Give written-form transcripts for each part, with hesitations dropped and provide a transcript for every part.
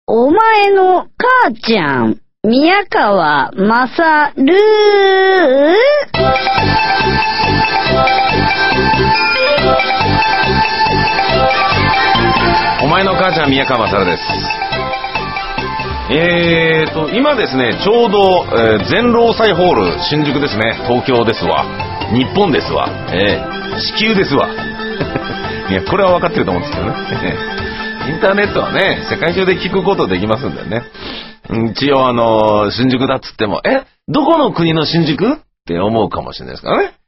お前の母ちゃん、宮川まさる。 お前の母ちゃん、宮川まさるです。今ですね、ちょうど、全労災ホール、新宿ですね、東京ですわ。日本ですわ。地球ですわ。いや、これは分かってると思うんですけどね。インターネットはね、世界中で聞くことできますんでね。一応新宿だっつっても、どこの国の新宿って思うかもしれないですからね。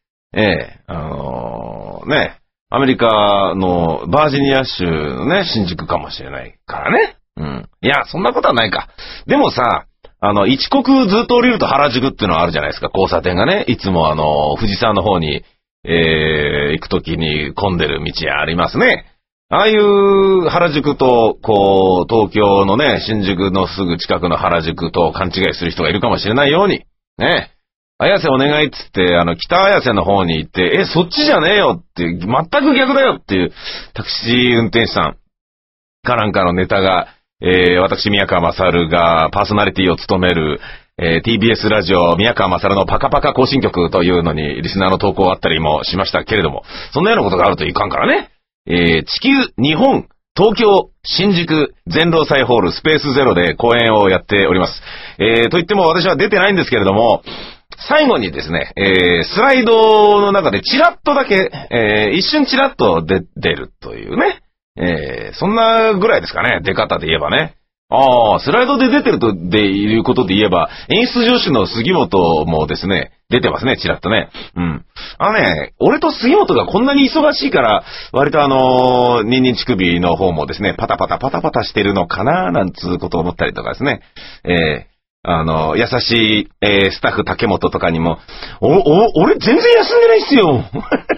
ね、アメリカのバージニア州のね、新宿かもしれないからね。いや、そんなことはないか。でもさ、一国ずっと降りると原宿っていうのはあるじゃないですか、交差点がね。いつも富士山の方に、行くときに混んでる道ありますね。ああいう原宿と、こう、東京のね、新宿のすぐ近くの原宿と勘違いする人がいるかもしれないように、ね。綾瀬お願いっつって、北綾瀬の方に行って、そっちじゃねえよって、全く逆だよっていう、タクシー運転手さんかなんかのネタが、私、宮川勝がパーソナリティを務める、TBS ラジオ、宮川勝のパカパカ更新曲というのに、リスナーの投稿あったりもしましたけれども、そんなようなことがあるといかんからね。地球、日本、東京、新宿、全労災ホール、スペースゼロで公演をやっております。といっても私は出てないんですけれども、最後にですね、スライドの中でチラッとだけ、一瞬チラッと出るというね。そんなぐらいですかね、出方で言えばね。スライドで出てるとでいうことで言えば、演出助手の杉本もですね、出てますね、ちらっとね。俺と杉本がこんなに忙しいから、割とニンニン乳首の方もですね、パタパタしてるのかな、なんつうことを思ったりとかですね。優しい、スタッフ竹本とかにも、俺全然休んでないっすよ。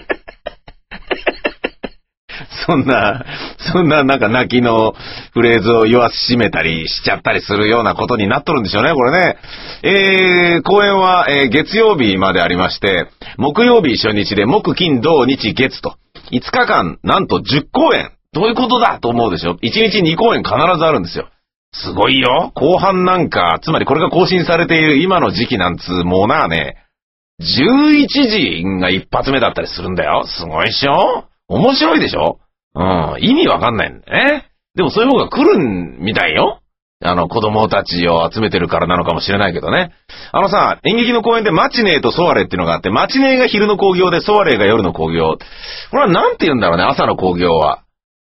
そんななんか泣きのフレーズを言わしめたりしちゃったりするようなことになっとるんでしょうね、これね。公演は、月曜日までありまして、木曜日初日で木金土日月と、5日間、なんと10公演。どういうことだと思うでしょ。1日2公演必ずあるんですよ。すごいよ。後半なんか、つまりこれが更新されている今の時期なんつうもうなね、11時が一発目だったりするんだよ。すごいっしょ？面白いでしょ？意味わかんないんだね。でもそういう方が来るみたいよ。子供たちを集めてるからなのかもしれないけどね。演劇の公演でマチネーとソワレっていうのがあって、マチネーが昼の興行でソワレが夜の興行。これはなんて言うんだろうね、朝の興行は。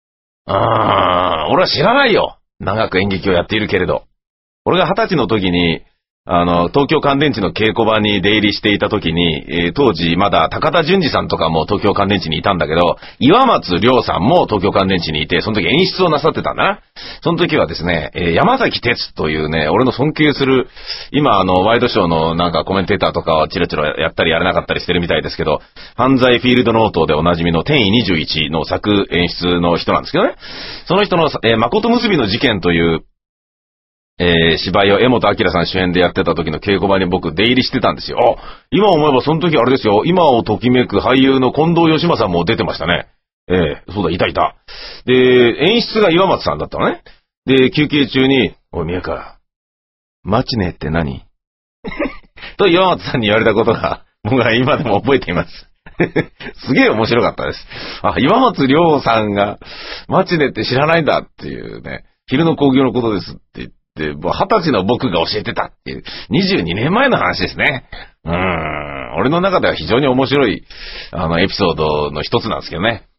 俺は知らないよ。長く演劇をやっているけれど。俺が20歳の時に、東京乾電池の稽古場に出入りしていた時に、当時まだ高田純次さんとかも東京乾電池にいたんだけど、岩松亮さんも東京乾電池にいて、その時演出をなさってたんだな。その時はですね、山崎哲というね、俺の尊敬する、今ワイドショーのなんかコメンテーターとかをチラチラやったりやれなかったりしてるみたいですけど、犯罪フィールドノートでおなじみの天意21の作演出の人なんですけどね。その人の、誠結びの事件という、芝居を江本明さん主演でやってた時の稽古場に僕出入りしてたんですよ。今思えばその時あれですよ。今をときめく俳優の近藤義正も出てましたね。そうだ、いた。で、演出が岩松さんだったのね。で、休憩中に、おい、宮川、マチネって何と岩松さんに言われたことが、僕は今でも覚えています。すげえ面白かったです。岩松亮さんが、マチネって知らないんだっていうね、昼の興行のことですって言って、20歳の僕が教えてたっていう、22年前の話ですね。俺の中では非常に面白い、エピソードの一つなんですけどね。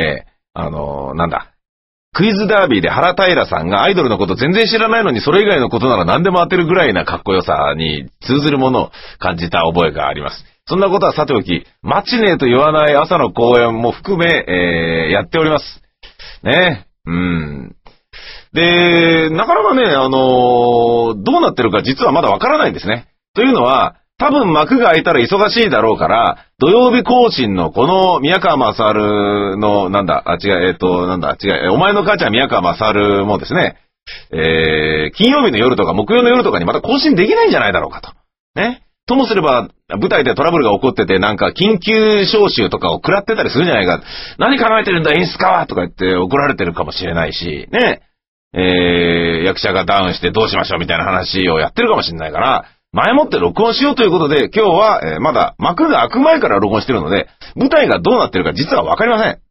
クイズダービーで原平さんがアイドルのこと全然知らないのにそれ以外のことなら何でも当てるぐらいなかっこよさに通ずるものを感じた覚えがあります。そんなことはさておき、マチネーと言わない朝の公演も含め、やっております。ね。で、なかなかね、どうなってるか実はまだわからないんですね。というのは、多分幕が開いたら忙しいだろうから、土曜日更新のこの宮川勝の、お前の母ちゃん宮川勝もですね、金曜日の夜とか木曜の夜とかにまた更新できないんじゃないだろうかと。ね。ともすれば、舞台でトラブルが起こってて、なんか緊急招集とかを食らってたりするんじゃないか。何考えてるんだ演出家はとか言って怒られてるかもしれないし、ね。 役者がダウンしてどうしましょうみたいな話をやってるかもしれないから、前もって録音しようということで、今日は、まだ幕が開く前から録音してるので、舞台がどうなってるか実はわかりません。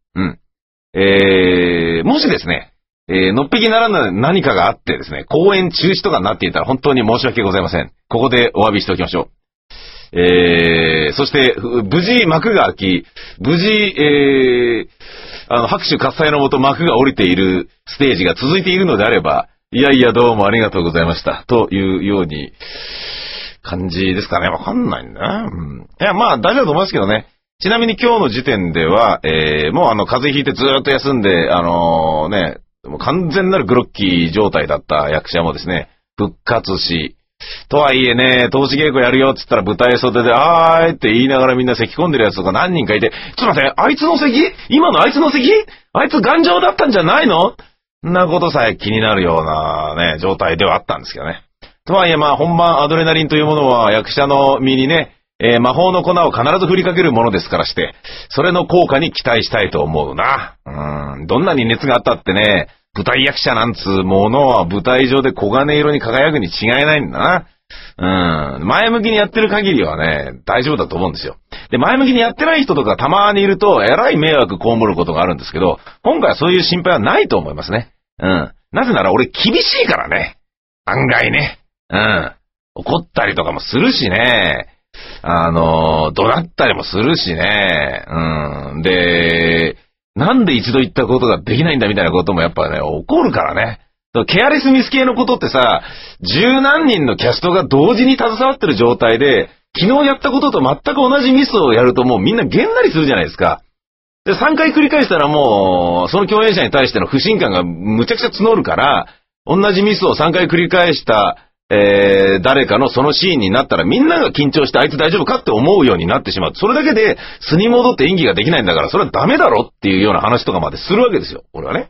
もしですね、のっぴきならぬ何かがあってですね、公演中止とかになっていたら本当に申し訳ございません。ここでお詫びしておきましょう。そして、無事幕が開き、無事、拍手喝采のもと幕が降りているステージが続いているのであれば、いやいやどうもありがとうございました。というように、感じですかね。わかんないんだな。いや、まあ大丈夫だと思いますけどね。ちなみに今日の時点では、もう風邪ひいてずーっと休んで、もう完全なるグロッキー状態だった役者もですね、復活し、とはいえね、投資稽古やるよって言ったら舞台袖で、あーいって言いながらみんな咳込んでるやつとか何人かいて、ちょっと待って、あいつの咳？今のあいつの咳？あいつ頑丈だったんじゃないの？そんなことさえ気になるようなね、状態ではあったんですけどね。とはいえまあ本番アドレナリンというものは役者の身にね、魔法の粉を必ず振りかけるものですからして、それの効果に期待したいと思うな。どんなに熱があったってね、舞台役者なんつうものは舞台上で黄金色に輝くに違いないんだな。前向きにやってる限りはね、大丈夫だと思うんですよ。で、前向きにやってない人とかたまにいると、えらい迷惑被ることがあるんですけど、今回はそういう心配はないと思いますね。なぜなら俺厳しいからね。案外ね。怒ったりとかもするしね。怒鳴ったりもするしね。で、なんで一度言ったことができないんだみたいなこともやっぱね、起こるからね。ケアレスミス系のことってさ、十何人のキャストが同時に携わってる状態で、昨日やったことと全く同じミスをやるともうみんなげんなりするじゃないですか。で、3回繰り返したらもう、その共演者に対しての不信感がむちゃくちゃ募るから、同じミスを3回繰り返した、誰かのそのシーンになったらみんなが緊張してあいつ大丈夫かって思うようになってしまう。それだけで素に戻って演技ができないんだからそれはダメだろっていうような話とかまでするわけですよ。俺はね。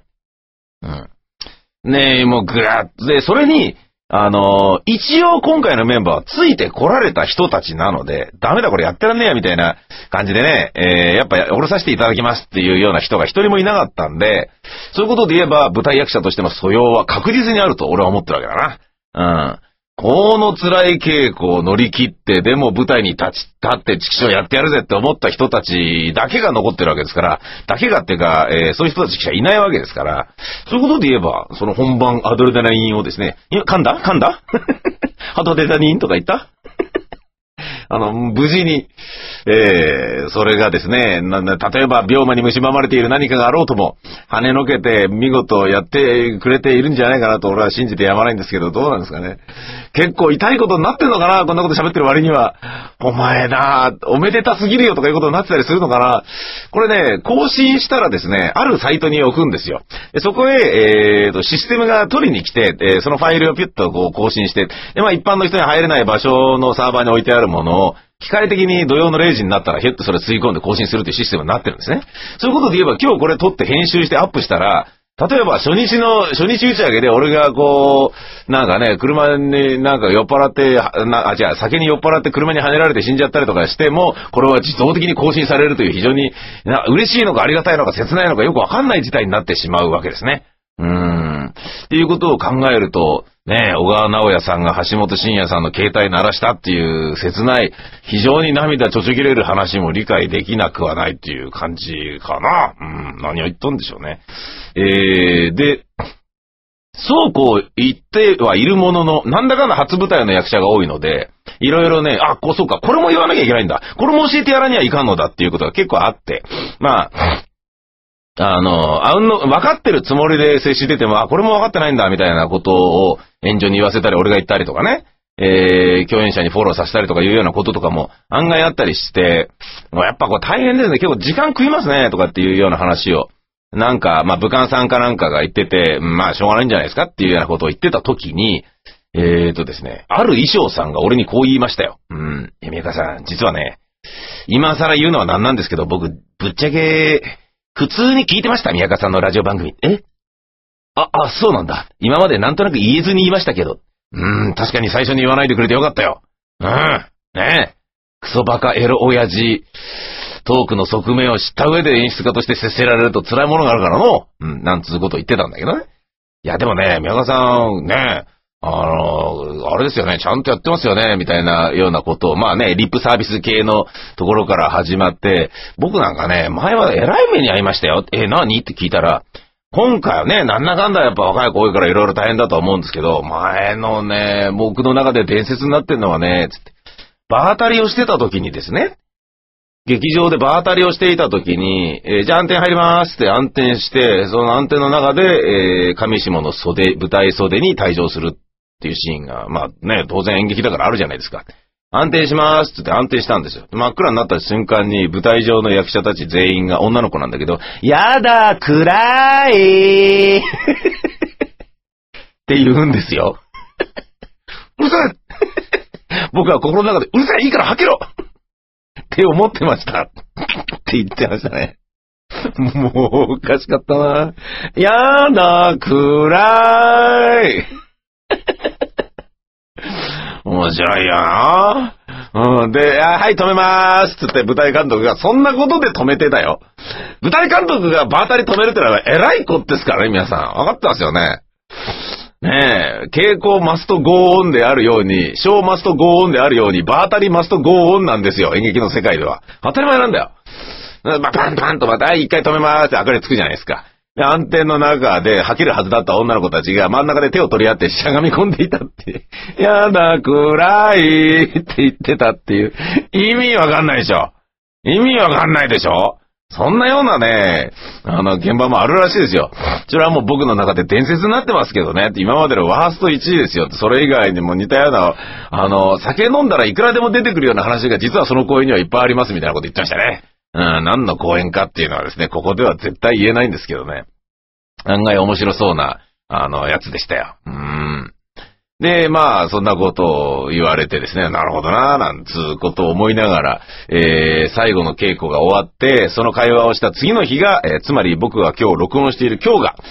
ねえ、もうぐわっで、それに、一応今回のメンバーはついて来られた人たちなので、ダメだこれやってらんねえやみたいな感じでね、やっぱ降ろさせていただきますっていうような人が一人もいなかったんで、そういうことで言えば舞台役者としての素養は確実にあると俺は思ってるわけだな。この辛い稽古を乗り切って、でも舞台に立ってチキショーやってやるぜって思った人たちだけが残ってるわけですから、だけがっていうか、そういう人たちしかいないわけですから、そういうことで言えば、その本番アドレナリンをですね、噛んだアドレナリンとか言った無事に、それがですね、例えば病魔に蝕まれている何かがあろうとも、跳ねのけて見事やってくれているんじゃないかなと俺は信じてやまないんですけど、どうなんですかね。結構痛いことになってんのかな、こんなこと喋ってる割には。お前な、おめでたすぎるよとかいうことになってたりするのかな。これね、更新したらですね、あるサイトに置くんですよ。そこへ、システムが取りに来て、そのファイルをピュッとこう更新して、で、まあ一般の人に入れない場所のサーバーに置いてあるものを、機械的に土曜の0時になったらヒュッとそれ吸い込んで更新するというシステムになってるんですね。そういうことで言えば今日これ撮って編集してアップしたら、例えば初日打ち上げで俺がこう、なんかね、車になんか酔っ払って、酒に酔っ払って車に跳ねられて死んじゃったりとかしても、これは自動的に更新されるという非常に嬉しいのかありがたいのか切ないのかよくわかんない事態になってしまうわけですね。っていうことを考えると、ね、小川直也さんが橋本真也さんの携帯鳴らしたっていう切ない、非常に涙ちょちょぎれる話も理解できなくはないっていう感じかな。何を言っとんでしょうね。で、そうこう言ってはいるものの、なんだかんだ初舞台の役者が多いので、いろいろね、そうか、これも言わなきゃいけないんだ。これも教えてやらにはいかんのだっていうことが結構あって、まあ、分かってるつもりで接してても、これも分かってないんだ、みたいなことを援助に言わせたり、俺が言ったりとかね、共演者にフォローさせたりとかいうようなこととかも案外あったりして、もうやっぱこう大変ですね、結構時間食いますね、とかっていうような話を、なんか、まあ、武漢さんかなんかが言ってて、まあ、しょうがないんじゃないですかっていうようなことを言ってた時に、ですね、ある衣装さんが俺にこう言いましたよ。宮川さん、実はね、今更言うのはなんなんですけど、僕、ぶっちゃけ、普通に聞いてました、宮川さんのラジオ番組。そうなんだ。今までなんとなく言えずに言いましたけど。確かに最初に言わないでくれてよかったよ。ねえ。クソバカエロ親父、トークの側面を知った上で演出家として接せられると辛いものがあるからの。なんつうことを言ってたんだけどね。 いやでもね、宮川さん、ね、あれですよね、ちゃんとやってますよね、みたいなようなことを、まあね、リップサービス系のところから始まって、僕なんかね、前は偉い目に遭いましたよ。何って聞いたら、今回はね、なんだかんだやっぱ若い子多いからいろいろ大変だと思うんですけど、前のね、僕の中で伝説になってんのはね、つって、場当たりをしてた時にですね、劇場で場当たりをしていた時に、じゃあ暗転入りますって暗転して、その暗転の中で、上下の袖、舞台袖に退場するっていうシーンが、まあね、当然演劇だからあるじゃないですか。暗転しますって暗転したんですよ。真っ暗になった瞬間に舞台上の役者たち全員が女の子なんだけど、やだ、暗いって言うんですよ。うるさい僕は心の中で、うるさい、いいから吐けろって思ってましたって言ってましたね。もうおかしかったな。やだ、暗い面白いよな。うん。で、はい、止めまーすつって舞台監督が、そんなことで止めてたよ。舞台監督が場当たり止めるってのは偉い子ですからね、皆さん。わかってますよね。ねえ、稽古マストゴーオンであるように、ショーマストゴーオンであるように、場当たりマストゴーオンなんですよ、演劇の世界では。当たり前なんだよ。パンパンとまた一回止めまーすって明かりつくじゃないですか。で、暗転の中で吐けるはずだった女の子たちが真ん中で手を取り合ってしゃがみ込んでいたって。やだ、暗いって言ってたっていう。意味わかんないでしょ。意味わかんないでしょ。そんなようなね、現場もあるらしいですよ。それはもう僕の中で伝説になってますけどね。今までのワースト1位ですよ。それ以外にも似たような、酒飲んだらいくらでも出てくるような話が実はその公演にはいっぱいありますみたいなこと言ってましたね。何の公演かっていうのはですね、ここでは絶対言えないんですけどね。案外面白そうな、やつでしたよ。で、まあ、そんなことを言われてですね、なるほどな、なんつうことを思いながら、最後の稽古が終わって、その会話をした次の日が、つまり僕が今日録音している今日が、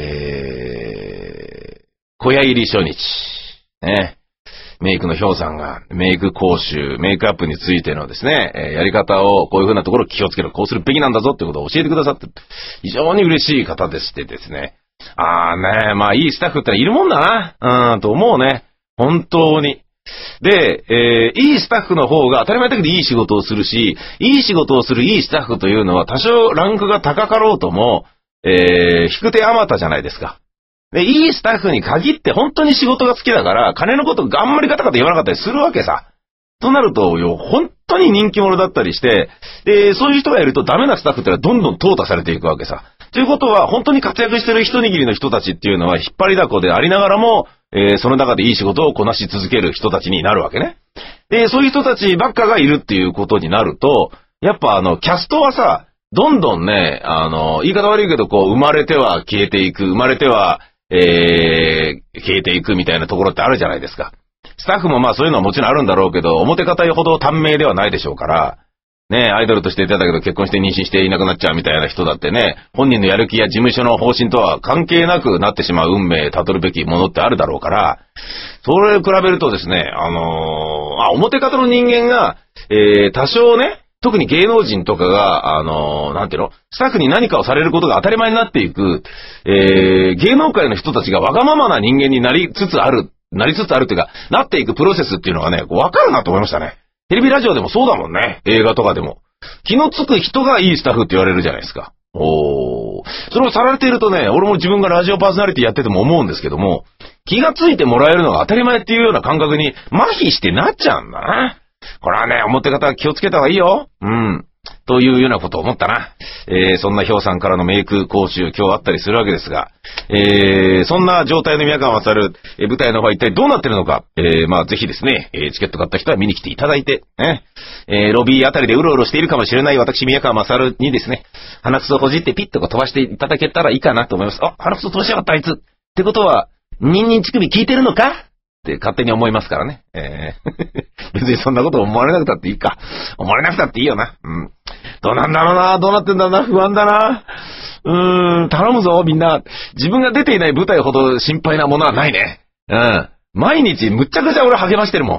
小屋入り初日。ね。メイクのヒョウさんがメイク講習、メイクアップについてのですね、やり方をこういう風なところ気をつけろ、こうするべきなんだぞってことを教えてくださって、非常に嬉しい方でしてですね。ね、まあいいスタッフっているもんだな、と思うね。本当に。で、いいスタッフの方が当たり前だけどいい仕事をするし、いい仕事をするいいスタッフというのは多少ランクが高かろうとも、引く手あまたじゃないですか。で、いいスタッフに限って本当に仕事が好きだから、金のことあんまりガタガタ言わなかったりするわけさ。となると、本当に人気者だったりして、で、そういう人がいるとダメなスタッフってのはどんどん淘汰されていくわけさ。ということは、本当に活躍してる一握りの人たちっていうのは引っ張りだこでありながらも、その中でいい仕事をこなし続ける人たちになるわけね。で、そういう人たちばっかがいるっていうことになると、やっぱキャストはさ、どんどんね、言い方悪いけど、こう、生まれては消えていく、生まれては、消えていくみたいなところってあるじゃないですか。スタッフもまあそういうのはもちろんあるんだろうけど、表方ほど短命ではないでしょうから、ね、アイドルとしていただけど結婚して妊娠していなくなっちゃうみたいな人だってね、本人のやる気や事務所の方針とは関係なくなってしまう運命、たどるべきものってあるだろうから、それを比べるとですね、表方の人間が、多少ね、特に芸能人とかが、なんていうの、スタッフに何かをされることが当たり前になっていく、芸能界の人たちがわがままな人間になりつつあるというか、なっていくプロセスっていうのがね、わかるなと思いましたね。テレビラジオでもそうだもんね。映画とかでも。気のつく人がいいスタッフって言われるじゃないですか。それをさられているとね、俺も自分がラジオパーソナリティやってても思うんですけども、気がついてもらえるのが当たり前っていうような感覚に麻痺してなっちゃうんだな。これはね、表方は気をつけた方がいいよ。というようなことを思ったな。そんなヒョウさんからのメイク講習今日あったりするわけですが、そんな状態の宮川勝、舞台の方は一体どうなってるのか、まあぜひですね、チケット買った人は見に来ていただいて、ロビーあたりでうろうろしているかもしれない私宮川勝にですね、鼻くそをほじってピッとこう飛ばしていただけたらいいかなと思います。鼻くそ飛ばしやがったあいつ。ってことは、ニンニン乳首聞いてるのかって勝手に思いますからね。別にそんなこと思われなくたっていいか。思われなくたっていいよな。どうなんだろうな。どうなってんだろうな。不安だな。頼むぞ、みんな。自分が出ていない舞台ほど心配なものはないね。毎日むっちゃくちゃ俺励ましてるもん。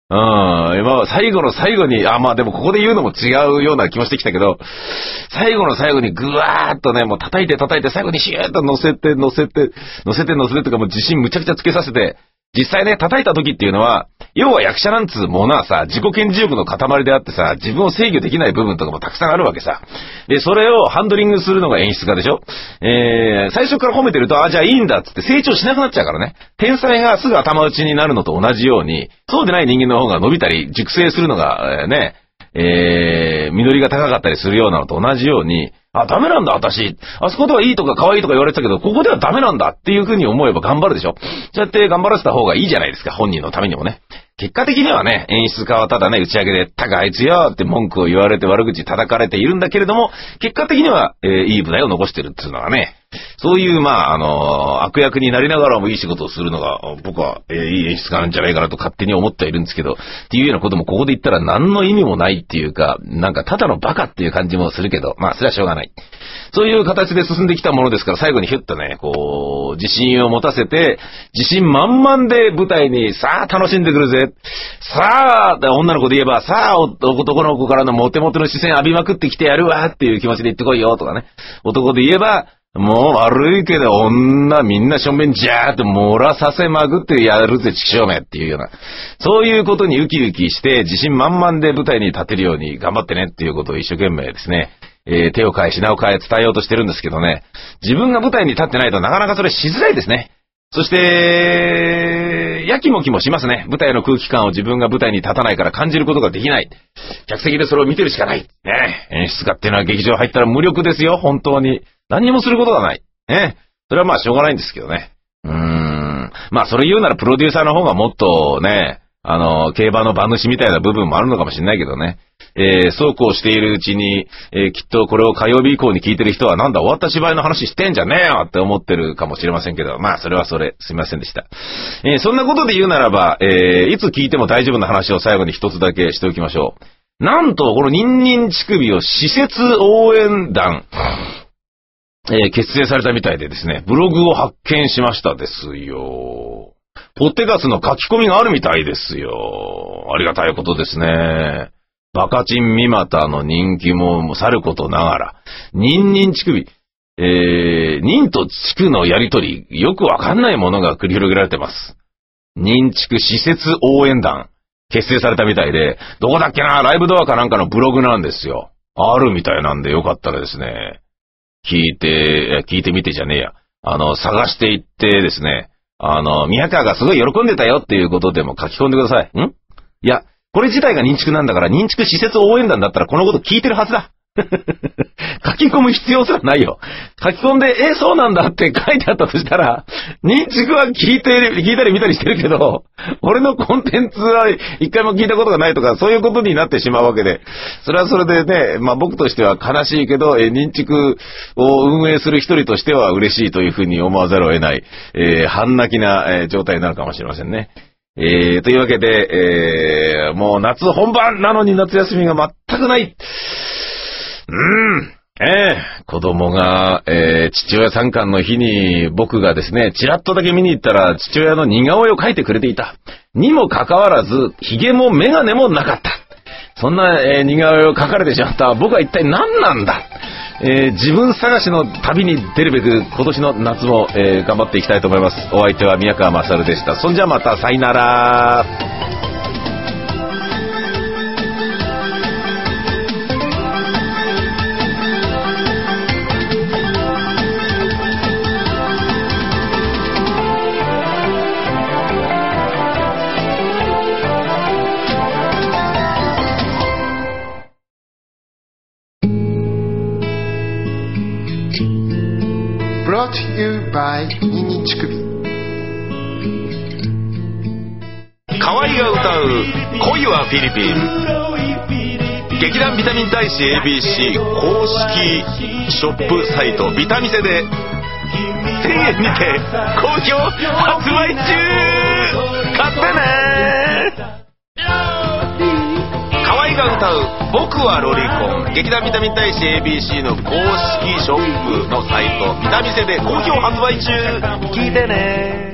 今は最後の最後に、まあでもここで言うのも違うような気もしてきたけど、最後の最後にぐわーっとね、もう叩いて最後にシューッと乗せてとかもう自信むちゃくちゃつけさせて、実際ね、叩いた時っていうのは、要は役者なんつうものはさ、自己顕示欲の塊であってさ、自分を制御できない部分とかもたくさんあるわけさ。で、それをハンドリングするのが演出家でしょ。最初から褒めてると、じゃあいいんだっつって成長しなくなっちゃうからね。天才がすぐ頭打ちになるのと同じように、そうでない人間の方が伸びたり、熟成するのが、実りが高かったりするようなのと同じように、ダメなんだ、私。あそこではいいとか可愛いとか言われてたけど、ここではダメなんだっていう風に思えば頑張るでしょ。そうやって頑張らせた方がいいじゃないですか、本人のためにもね。結果的にはね、演出家はただね、打ち上げで、あいつよって文句を言われて悪口叩かれているんだけれども、結果的には、いい舞台を残してるっていうのはね、そういう、悪役になりながらもいい仕事をするのが、僕は、いい演出家なんじゃないかなと勝手に思っているんですけど、っていうようなこともここで言ったら何の意味もないっていうか、なんかただのバカっていう感じもするけど、それはしょうがない。そういう形で進んできたものですから、最後にヒュッとね、自信を持たせて、自信満々で舞台に、さあ楽しんでくるぜ。さあ、女の子で言えば、さあ男の子からのモテモテの視線浴びまくってきてやるわっていう気持ちで言ってこいよとかね。男で言えば、もう悪いけど女みんな正面ジャーって漏らさせまぐってやるぜ、ちくしょうめっていうような。そういうことにウキウキして自信満々で舞台に立てるように頑張ってねっていうことを一生懸命ですね、手を変え品を変え伝えようとしてるんですけどね。自分が舞台に立ってないとなかなかそれしづらいですね。そして、やきもきもしますね。舞台の空気感を自分が舞台に立たないから感じることができない。客席でそれを見てるしかない。ね。演出家っていうのは劇場入ったら無力ですよ、本当に。何にもすることがない。ね。それはしょうがないんですけどね。それ言うならプロデューサーの方がもっとね、競馬の馬主みたいな部分もあるのかもしれないけどね。そうこうしているうちに、きっとこれを火曜日以降に聞いてる人はなんだ終わった芝居の話してんじゃねえよって思ってるかもしれませんけど、それはそれ、すいませんでした。そんなことで言うならば、いつ聞いても大丈夫な話を最後に一つだけしておきましょう。なんと、このニンニン乳首を施設応援団、結成されたみたいでですね、ブログを発見しましたですよ。ポッテガスの書き込みがあるみたいですよ。ありがたいことですね。バカチンミマタの人気もさることながら、ニンニン乳首、ニンとチクのやりとり、よくわかんないものが繰り広げられてます。ニンチク施設応援団、結成されたみたいで、どこだっけな、ライブドアかなんかのブログなんですよ。あるみたいなんでよかったらですね、聞いてみてじゃねえや。探していってですね、宮川がすごい喜んでたよっていうことでも書き込んでください。いや、これ自体が認知なんだから、認知施設応援団だったらこのこと聞いてるはずだ。書き込む必要すらないよ。書き込んで、そうなんだって書いてあったとしたら、認知は聞いたり見たりしてるけど、俺のコンテンツは一回も聞いたことがないとか、そういうことになってしまうわけで、それはそれでね、僕としては悲しいけど、認知を運営する一人としては嬉しいというふうに思わざるを得ない、半泣きな、状態になるかもしれませんね。というわけで、もう夏本番なのに夏休みが全くない。子供が、父親参観の日に僕がですね、ちらっとだけ見に行ったら父親の似顔絵を描いてくれていた。にもかかわらず、髭もメガネもなかった。そんな、似顔絵を描かれてしまった僕は一体何なんだ。自分探しの旅に出るべく今年の夏も、頑張っていきたいと思います。お相手は宮川勝でした。そんじゃまたさいなら。 Brought to you by ニンニン乳首。 河合が歌う恋はフィリピン。劇団ビタミン大使 ABC 公式ショップサイトビタミセで1000円にて好評発売中。買ってね。河合が歌う僕はロリコン、劇団ビタミン大使 ABC の公式ショップのサイトビタミセで好評発売中。聞いてね。